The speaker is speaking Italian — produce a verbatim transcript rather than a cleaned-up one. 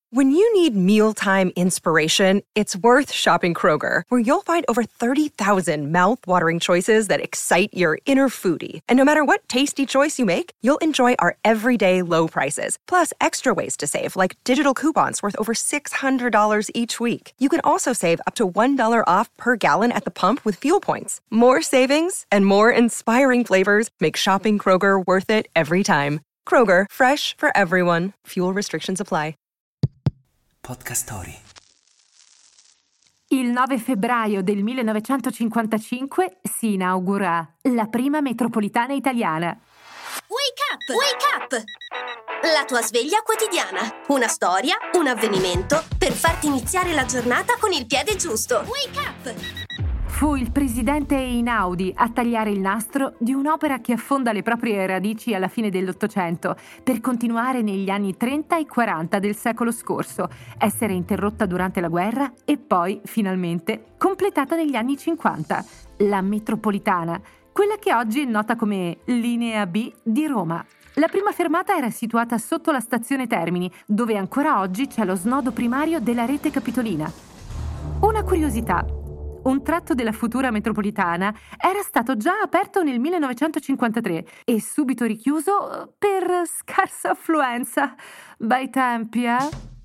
When you need mealtime inspiration, it's worth shopping Kroger, where you'll find over thirty thousand mouth-watering choices that excite your inner foodie. And no matter what tasty choice you make, you'll enjoy our everyday low prices, plus extra ways to save, like digital coupons worth over six hundred dollars each week. You can also save up to one dollar off per gallon at the pump with fuel points. More savings and more inspiring flavors make shopping Kroger worth it every time. Kroger, fresh for everyone. Fuel restrictions apply. Podcast Story. Il nove febbraio del millenovecentocinquantacinque si inaugura la prima metropolitana italiana. Wake up! Wake up! La tua sveglia quotidiana. Una storia, un avvenimento per farti iniziare la giornata con il piede giusto. Wake up! Fu il presidente Einaudi a tagliare il nastro di un'opera che affonda le proprie radici alla fine dell'Ottocento per continuare negli anni trenta e quaranta del secolo scorso, essere interrotta durante la guerra e poi, finalmente, completata negli anni cinquanta. La metropolitana, quella che oggi è nota come Linea B di Roma. La prima fermata era situata sotto la stazione Termini, dove ancora oggi c'è lo snodo primario della rete capitolina. Una curiosità: un tratto della futura metropolitana era stato già aperto nel millenovecentocinquantatré e subito richiuso per scarsa affluenza. Bei tempi, eh?